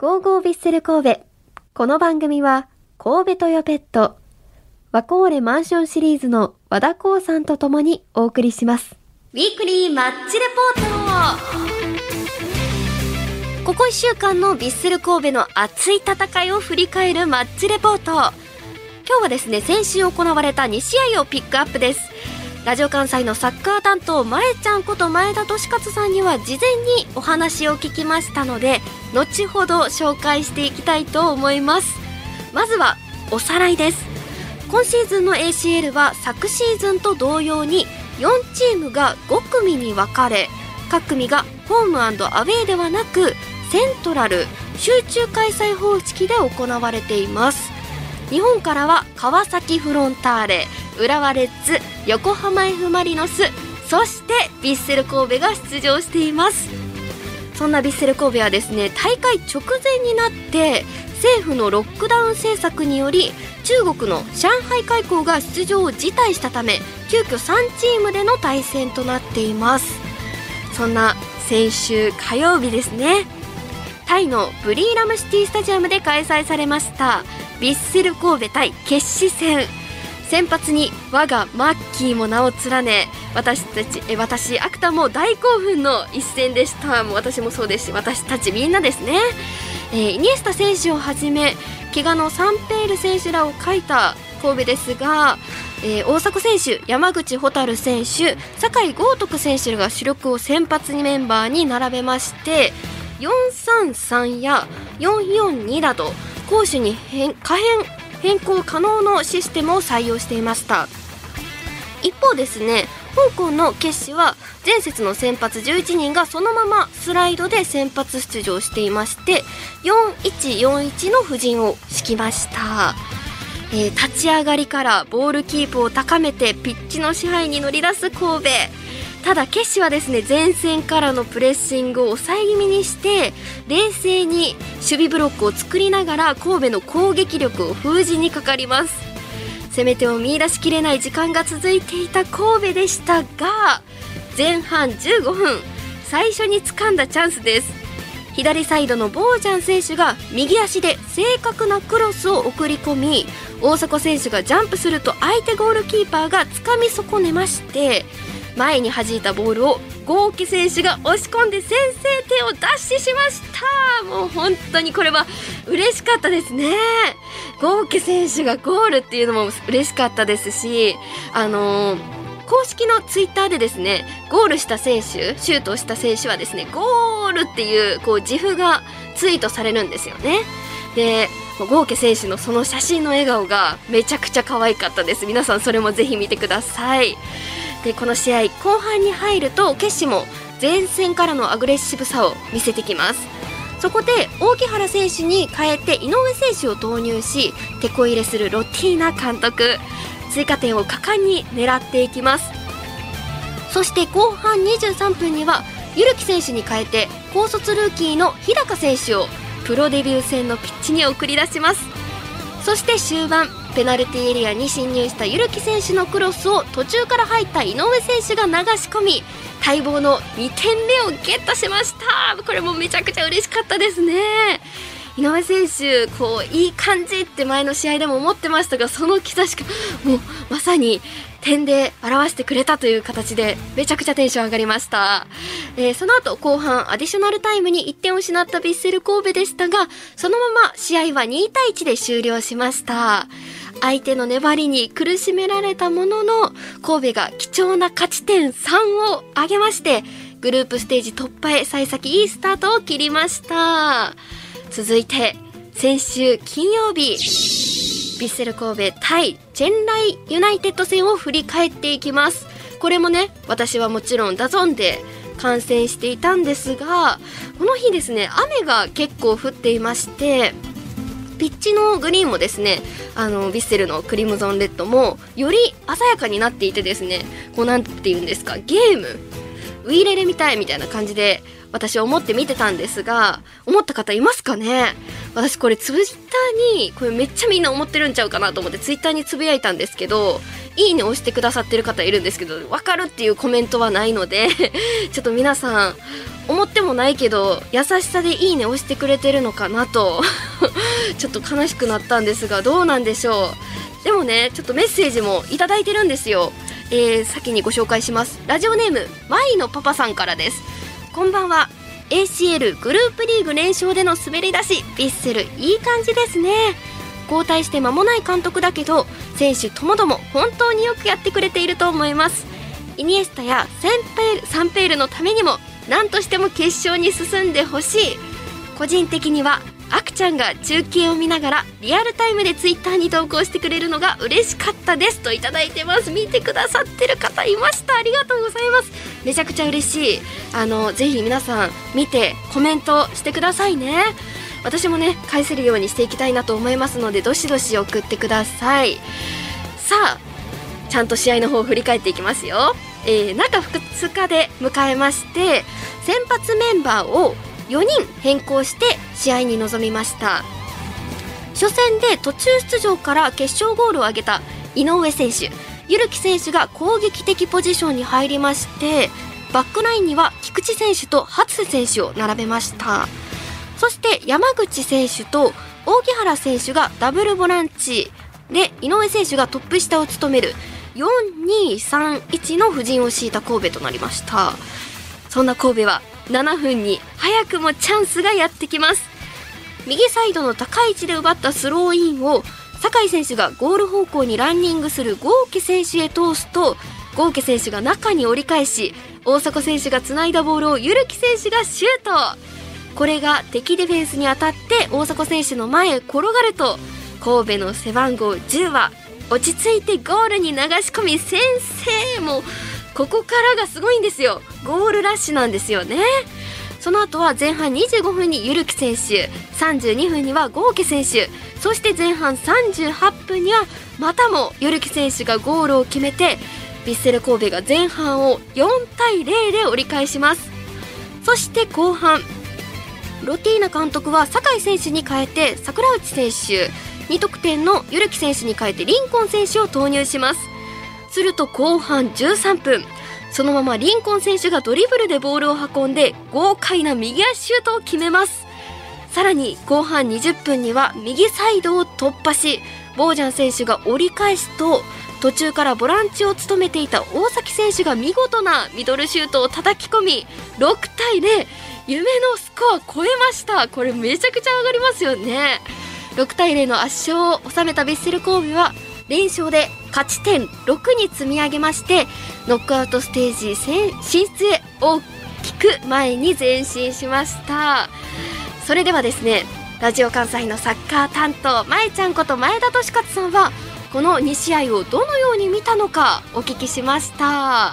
ゴーゴービッセル神戸。この番組は神戸トヨペット、ワコーレマンションシリーズの和田光さんと共にお送りします。ウィークリーマッチレポート。ここ1週間のヴィッセル神戸の熱い戦いを振り返るマッチレポート。今日はですね、先週行われた2試合をピックアップです。ラジオ関西のサッカー担当まえちゃんこと前田利勝さんには事前にお話を聞きましたので、後ほど紹介していきたいと思います。まずはおさらいです。今シーズンの ACL は昨シーズンと同様に4チームが5組に分かれ、各組がホーム&アウェーではなくセントラル集中開催方式で行われています。日本からは川崎フロンターレ、浦和レッズ、横浜 F マリノス、そしてヴィッセル神戸が出場しています。そんなヴィッセル神戸はですね、大会直前になって政府のロックダウン政策により中国の上海開港が出場を辞退したため、急遽3チームでの対戦となっています。そんな先週火曜日ですね、タイのブリーラムシティスタジアムで開催されましたヴィッセル神戸対決死戦。先発に我がマッキーも名を連ね、私アクタも大興奮の一戦でした。もう私もそうですし、私たちみんなですね。イニエスタ選手をはじめ怪我のサンペール選手らを欠いた神戸ですが、大迫選手、山口蛍選手、酒井豪徳選手らが主力を先発メンバーに並べまして、433や442など攻守に変更可能のシステムを採用していました。一方ですね、香港の決死は前節の先発11人がそのままスライドで先発出場していまして、4141の布陣を敷きました。立ち上がりからボールキープを高めてピッチの支配に乗り出す神戸。ただ決死はですね、前線からのプレッシングを抑え気味にして冷静に守備ブロックを作りながら神戸の攻撃力を封じにかかります。攻め手を見出しきれない時間が続いていた神戸でしたが、前半15分最初に掴んだチャンスです。左サイドのボージャン選手が右足で正確なクロスを送り込み、大迫選手がジャンプすると相手ゴールキーパーが掴み損ねまして、前に弾いたボールを豪家選手が押し込んで先制点を奪取しました。もう本当にこれは嬉しかったですね。豪家選手がゴールっていうのも嬉しかったですし、公式のツイッターでですね、ゴールした選手、シュートをした選手はですね、ゴールっていう自負がツイートされるんですよね。で、豪家選手のその写真の笑顔がめちゃくちゃ可愛かったです。皆さんそれもぜひ見てください。で、この試合後半に入ると決死も前線からのアグレッシブさを見せてきます。そこで大木原選手に代えて井上選手を投入し、テこ入れするロティーナ監督、追加点を果敢に狙っていきます。そして後半23分にはゆるき選手に代えて高卒ルーキーの日高選手をプロデビュー戦のピッチに送り出します。そして終盤、ペナルティーエリアに侵入したゆるき選手のクロスを途中から入った井上選手が流し込み、待望の2点目をゲットしました。これもめちゃくちゃ嬉しかったですね。井上選手、いい感じって前の試合でも思ってましたが、その兆しがもうまさに点で表してくれたという形でめちゃくちゃテンション上がりました。その後後半アディショナルタイムに1点を失ったヴィッセル神戸でしたが、そのまま試合は2対1で終了しました。相手の粘りに苦しめられたものの、神戸が貴重な勝ち点3を挙げまして、グループステージ突破へ幸先いいスタートを切りました。続いて先週金曜日、ヴィッセル神戸対チェンライユナイテッド戦を振り返っていきます。これもね、私はもちろんダゾンで観戦していたんですが、この日ですね、雨が結構降っていまして、ピッチのグリーンもですね、ヴィッセルのクリムゾンレッドもより鮮やかになっていてですね、なんて言うんですか、ゲームウイレレみたいみたいな感じで私は思って見てたんですが、思った方いますかね。私これツイッターにこれめっちゃみんな思ってるんちゃうかなと思ってツイッターにつぶやいたんですけど、 いいね押してくださってる方いるんですけど、わかるっていうコメントはないのでちょっと皆さん思ってもないけど優しさでいいね押してくれてるのかなとちょっと悲しくなったんですが、どうなんでしょう。でもね、ちょっとメッセージもいただいてるんですよ。先にご紹介します。ラジオネームマイのパパさんからです。こんばんは。 ACL グループリーグ連勝での滑り出し、ヴィッセルいい感じですね。交代して間もない監督だけど選手ともども本当によくやってくれていると思います。イニエスタやサンペールのためにも何としても決勝に進んでほしい。個人的にはアクちゃんが中継を見ながらリアルタイムでツイッターに投稿してくれるのが嬉しかったですといただいてます。見てくださってる方いました。ありがとうございます。めちゃくちゃ嬉しい。ぜひ皆さん見てコメントしてくださいね。私もね返せるようにしていきたいなと思いますので、どしどし送ってください。さあ、ちゃんと試合の方を振り返っていきますよ。中2日で迎えまして、先発メンバーを4人変更して試合に臨みました。初戦で途中出場から決勝ゴールを挙げた井上選手、ゆるき選手が攻撃的ポジションに入りまして、バックラインには菊池選手と初瀬選手を並べました。そして山口選手と大木原選手がダブルボランチで、井上選手がトップ下を務める 4-2-3-1 の布陣を敷いた神戸となりました。そんな神戸は7分に早くもチャンスがやってきます。右サイドの高い位置で奪ったスローインを酒井選手がゴール方向にランニングする豪家選手へ通すと、豪家選手が中に折り返し、大迫選手がつないだボールをゆるき選手がシュート。これが敵ディフェンスに当たって大迫選手の前へ転がると、神戸の背番号10は落ち着いてゴールに流し込み先制。もうここからがすごいんですよ。ゴールラッシュなんですよね。その後は前半25分にゆるき選手、32分には豪家選手、そして前半38分にはまたもゆるき選手がゴールを決めて、ヴィッセル神戸が前半を4対0で折り返します。そして後半、ロティーナ監督は酒井選手に変えて桜内選手、2得点のゆるき選手に変えてリンコン選手を投入します。すると後半13分、そのままリンコン選手がドリブルでボールを運んで豪快な右足シュートを決めます。さらに後半20分には右サイドを突破し、ボージャン選手が折り返すと、途中からボランチを務めていた大崎選手が見事なミドルシュートを叩き込み、6対0、夢のスコア超えました。これめちゃくちゃ上がりますよね。6対0の圧勝を収めたヴィッセル神戸は連勝で勝ち点6に積み上げまして、ノックアウトステージ進出へ大きく前に前進しました。それではですね、ラジオ関西のサッカー担当まえちゃんこと前田利勝さんはこの2試合をどのように見たのかお聞きしました。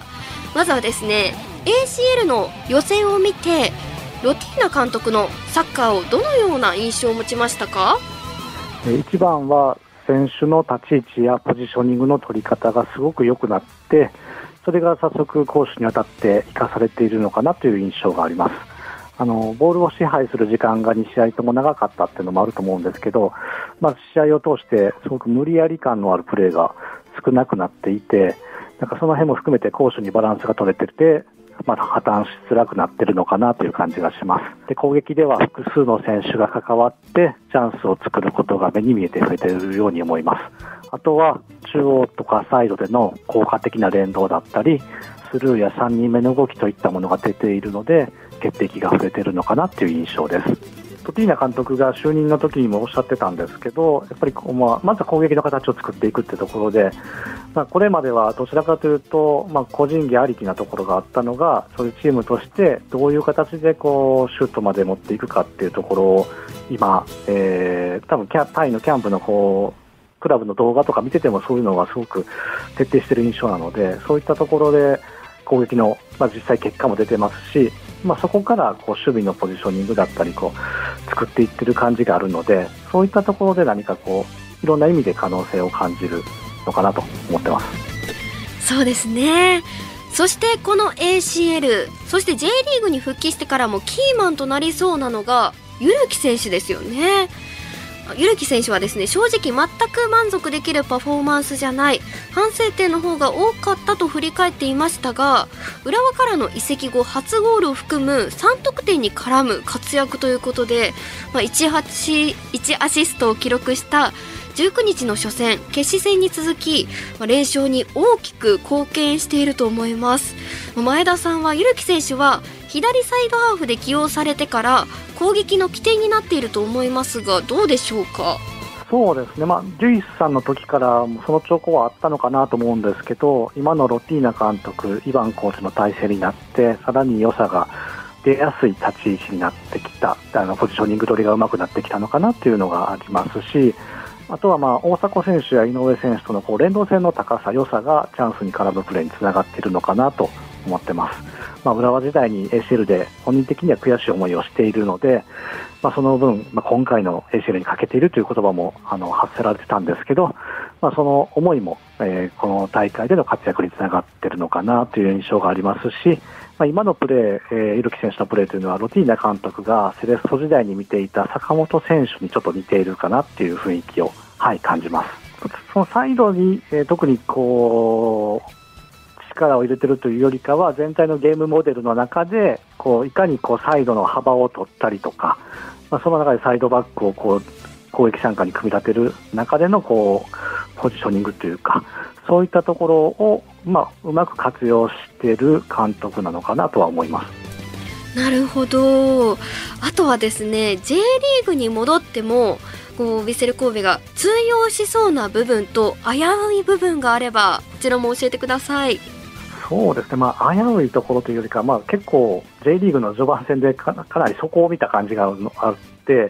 まずはですね、 ACL の予選を見てロティーナ監督のサッカーをどのような印象を持ちましたか？ 一番は選手の立ち位置やポジショニングの取り方がすごく良くなって、それが早速攻守にわたって生かされているのかなという印象があります。ボールを支配する時間が2試合とも長かったっていうのもあると思うんですけど、試合を通してすごく無理やり感のあるプレーが少なくなっていて、なんかその辺も含めて攻守にバランスが取れてて、破綻しづらくなっているのかなという感じがします。で、攻撃では複数の選手が関わってチャンスを作ることが目に見えて増えているように思います。あとは中央とかサイドでの効果的な連動だったり、スルーや3人目の動きといったものが出ているので、決定機が増えているのかなという印象です。トティーナ監督が就任の時にもおっしゃってたんですけど、やっぱりまずは攻撃の形を作っていくってところで、これまではどちらかというと、個人技ありきなところがあったのが、そういうチームとしてどういう形でシュートまで持っていくかっていうところを今、多分タイのキャンプのクラブの動画とか見ててもそういうのがすごく徹底している印象なので、そういったところで攻撃の、実際結果も出てますし、そこから守備のポジショニングだったり作っていってる感じがあるので、そういったところで何かいろんな意味で可能性を感じるのかなと思ってます。 そうですね。そしてこの ACL、 そして J リーグに復帰してからもキーマンとなりそうなのがゆるき選手ですよね。 ゆるき選手はですね、正直全く満足できるパフォーマンスじゃない、反省点の方が多かったと振り返っていましたが、浦和からの移籍後初ゴールを含む3得点に絡む活躍ということで、1アシストを記録した19日の初戦決死戦に続き、連勝に大きく貢献していると思います。前田さんはゆるき選手は左サイドハーフで起用されてから攻撃の起点になっていると思いますが、どうでしょうか。 そうですね、ジュイスさんの時からその兆候はあったのかなと思うんですけど、今のロティーナ監督、イバンコーチの体制になって、さらに良さが出やすい立ち位置になってきた、ポジショニング取りが上手くなってきたのかなというのがありますし、あとは大迫選手や井上選手との連動性の高さ、良さがチャンスに絡むプレーにつながっているのかなと思ってます。浦和時代に ACL で本人的には悔しい思いをしているので、その分、今回の ACL にかけているという言葉も発せられてたんですけど、その思いも、この大会での活躍につながっているのかなという印象がありますし、今のプレー、ゆるき選手のプレーというのはロティーナ監督がセレッソ時代に見ていた坂本選手にちょっと似ているかなという雰囲気を、感じます。そのサイドに、特に力を入れているというよりかは、全体のゲームモデルの中でいかにサイドの幅を取ったりとか、その中でサイドバックを攻撃参加に組み立てる中でのポジショニングというか、そういったところを、うまく活用している監督なのかなとは思います。 なるほど。あとはですね、J リーグに戻ってもヴィッセル神戸が通用しそうな部分と危うい部分があれば、こちらも教えてください。 そうですね、危ういところというよりか、結構 J リーグの序盤戦でかなり底を見た感じがあって、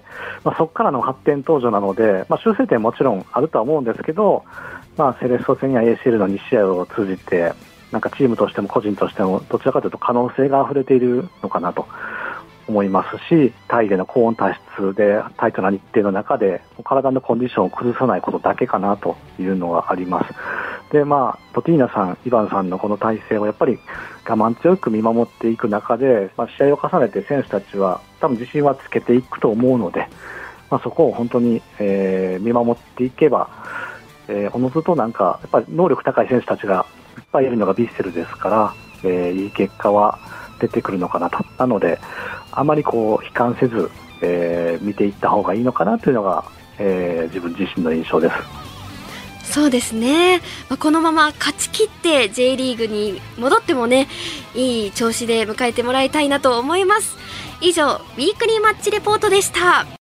そこからの発展途上なので、修正点もちろんあるとは思うんですけど、セレッソ戦や ACL の2試合を通じて、チームとしても個人としてもどちらかというと可能性が溢れているのかなと思いますし、タイでの高温多湿でタイトな日程の中で体のコンディションを崩さないことだけかなというのがあります。で、ロティーナさん、イバンさんのこの体制をやっぱり我慢強く見守っていく中で、試合を重ねて選手たちは多分自信はつけていくと思うので、そこを本当に、見守っていけば、おのずとやっぱり能力高い選手たちがいっぱいいるのがヴィッセルですから、いい結果は出てくるのかなと。なのであまり悲観せず、見ていった方がいいのかなというのが、自分自身の印象です。 そうですね、このまま勝ち切って J リーグに戻ってもね、いい調子で迎えてもらいたいなと思います。以上、ウィークリーマッチレポートでした。